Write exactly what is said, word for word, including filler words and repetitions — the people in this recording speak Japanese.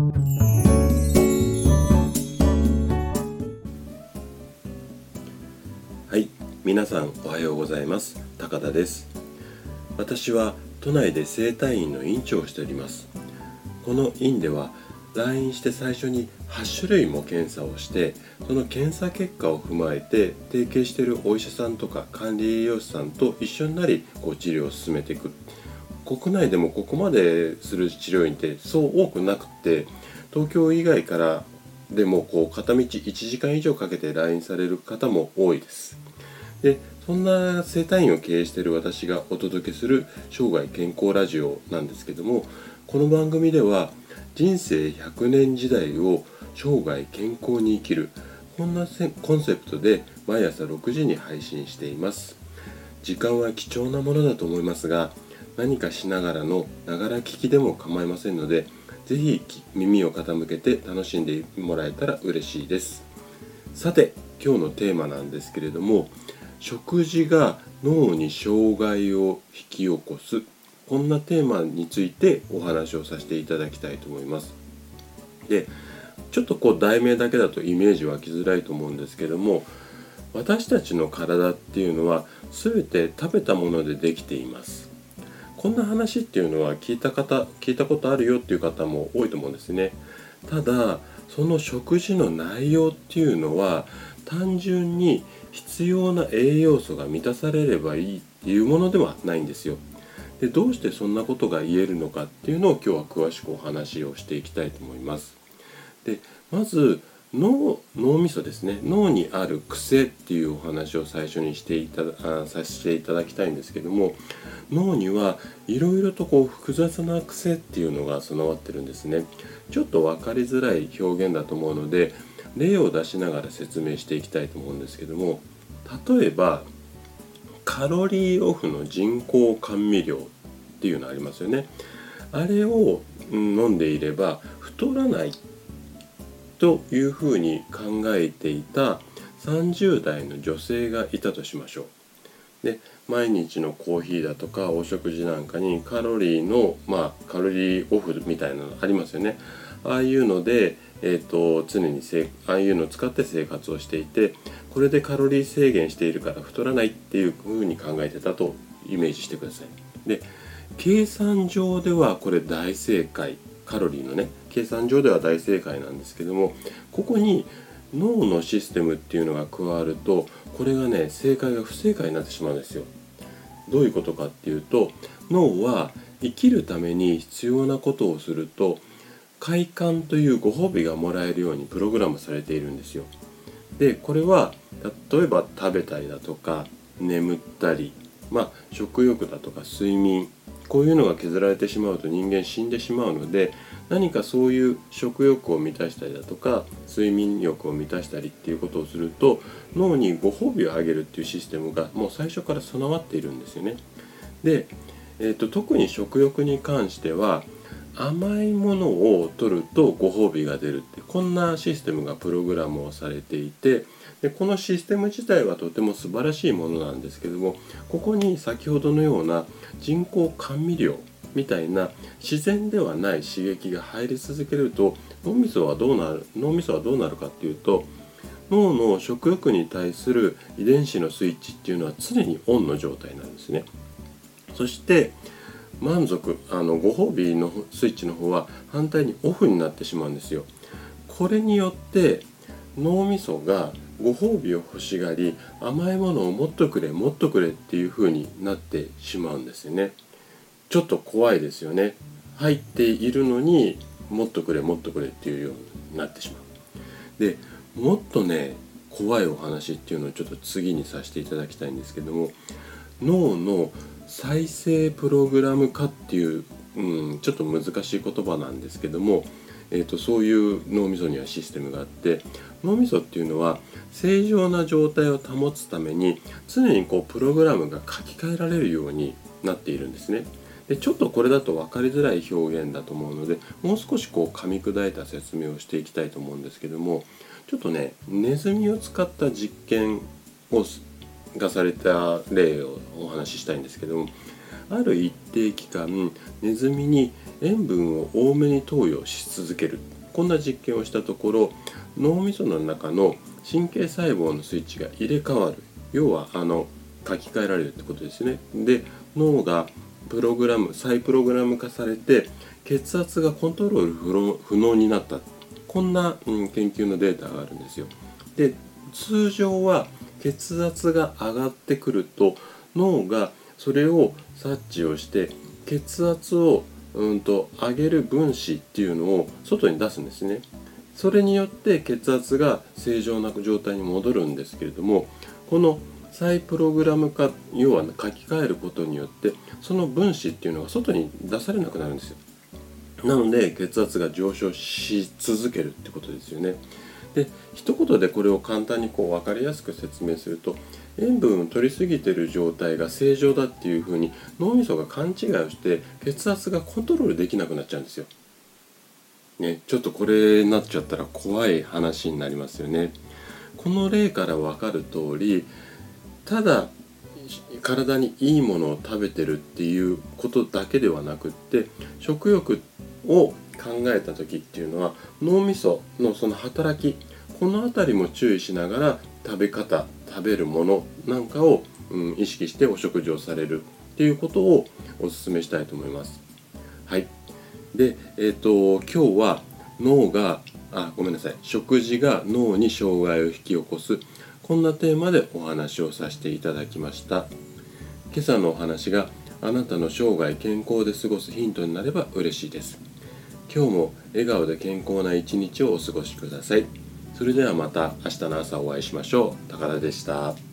はい、皆さんおはようございます。高田です。私は都内で整体院の院長をしております。この院では来院して最初にはち種類も検査をして、その検査結果を踏まえて提携しているお医者さんとか管理栄養士さんと一緒になりこう治療を進めていく。国内でもここまでする治療院ってそう多くなくて、東京以外からでもこう片道いちじかん以上かけて来院される方も多いです。でそんな整体院を経営している私がお届けする生涯健康ラジオなんですけども、この番組では人生ひゃくねん時代を生涯健康に生きる、こんなコンセプトで毎朝ろくじに配信しています。時間は貴重なものだと思いますが、何かしながらのながら聞きでも構いませんので、ぜひ耳を傾けて楽しんでもらえたら嬉しいです。さて、今日のテーマなんですけれども、食事が脳に障害を引き起こす、こんなテーマについてお話をさせていただきたいと思います。で、ちょっとこう題名だけだとイメージ湧きづらいと思うんですけども、私たちの体っていうのは全て食べたものでできています。こんな話っていうのは聞いた方、聞いたことあるよっていう方も多いと思うんですね。ただ、その食事の内容っていうのは単純に必要な栄養素が満たされればいいっていうものではないんですよ。で、どうしてそんなことが言えるのかっていうのを今日は詳しくお話をしていきたいと思います。で、まず脳、脳みそですね。脳にある癖っていうお話を最初にしていただあさせていただきたいんですけども、脳にはいろいろとこう複雑な癖っていうのが備わってるんですね。ちょっと分かりづらい表現だと思うので、例を出しながら説明していきたいと思うんですけども、例えばカロリーオフの人工甘味料っていうのありますよね。あれを飲んでいれば太らないというふうに考えていたさんじゅう代の女性がいたとしましょう。で、毎日のコーヒーだとかお食事なんかにカロリーの、まあ、カロリーオフみたいなのありますよね。ああいうので、えーと、常にせああいうのを使って生活をしていて、これでカロリー制限しているから太らないっていうふうに考えてたとイメージしてください。で、計算上ではこれ大正解、カロリーのね計算上では大正解なんですけども、ここに脳のシステムっていうのが加わると、これがね正解が不正解になってしまうんですよ。どういうことかっていうと、脳は生きるために必要なことをすると快感というご褒美がもらえるようにプログラムされているんですよ。で、これは例えば食べたりだとか眠ったり、まあ食欲だとか睡眠、こういうのが削られてしまうと人間死んでしまうので、何かそういう食欲を満たしたりだとか睡眠欲を満たしたりっていうことをすると、脳にご褒美をあげるっていうシステムがもう最初から備わっているんですよね。で、えーと、特に食欲に関しては甘いものを取るとご褒美が出るって、こんなシステムがプログラムをされていて、でこのシステム自体はとても素晴らしいものなんですけども、ここに先ほどのような人工甘味料みたいな自然ではない刺激が入り続けると、脳みそはどうなる脳みそはどうなるかっていうと、脳の食欲に対する遺伝子のスイッチっていうのは常にオンの状態なんですね。そして満足、あのご褒美のスイッチの方は反対にオフになってしまうんですよ。これによって脳みそがご褒美を欲しがり、甘いものをもっとくれもっとくれっていう風になってしまうんですよね。ちょっと怖いですよね。入っているのにもっとくれもっとくれっていうようになってしまう。で、もっとね怖いお話っていうのをちょっと次にさせていただきたいんですけども、脳の再生プログラム化っていう、うん、ちょっと難しい言葉なんですけども、えーと、そういう脳みそにはシステムがあって、脳みそっていうのは正常な状態を保つために常にこうプログラムが書き換えられるようになっているんですね。で、ちょっとこれだと分かりづらい表現だと思うので、もう少しこう噛み砕いた説明をしていきたいと思うんですけども、ちょっとねネズミを使った実験をがされた例をお話ししたいんですけども、ある一定期間ネズミに塩分を多めに投与し続ける、こんな実験をしたところ、脳みその中の神経細胞のスイッチが入れ替わる、要はあの書き換えられるってことですね。で、脳がプログラム再プログラム化されて血圧がコントロール不能、不能になった、こんな、うん、研究のデータがあるんですよ。で、通常は血圧が上がってくると脳がそれを察知をして血圧をうんと上げる分子っていうのを外に出すんですね。それによって血圧が正常な状態に戻るんですけれども、この再プログラム化、要は書き換えることによってその分子っていうのが外に出されなくなるんですよ。なので血圧が上昇し続けるってことですよね。で、一言でこれを簡単にこう分かりやすく説明すると、塩分を取りすぎている状態が正常だっていうふうに脳みそが勘違いをして血圧がコントロールできなくなっちゃうんですよ。ね、ちょっとこれになっちゃったら怖い話になりますよね。この例から分かる通り、ただ体にいいものを食べてるっていうことだけではなくって、食欲を考えた時っていうのは脳みそのその働き、このあたりも注意しながら食べ方、食べるものなんかを、うん、意識してお食事をされるっていうことをお勧めしたいと思います。はい。で、えっと今日は脳があごめんなさい食事が脳に障害を引き起こす、こんなテーマでお話をさせていただきました。今朝のお話があなたの生涯健康で過ごすヒントになれば嬉しいです。今日も笑顔で健康な一日をお過ごしください。それではまた明日の朝お会いしましょう。高田でした。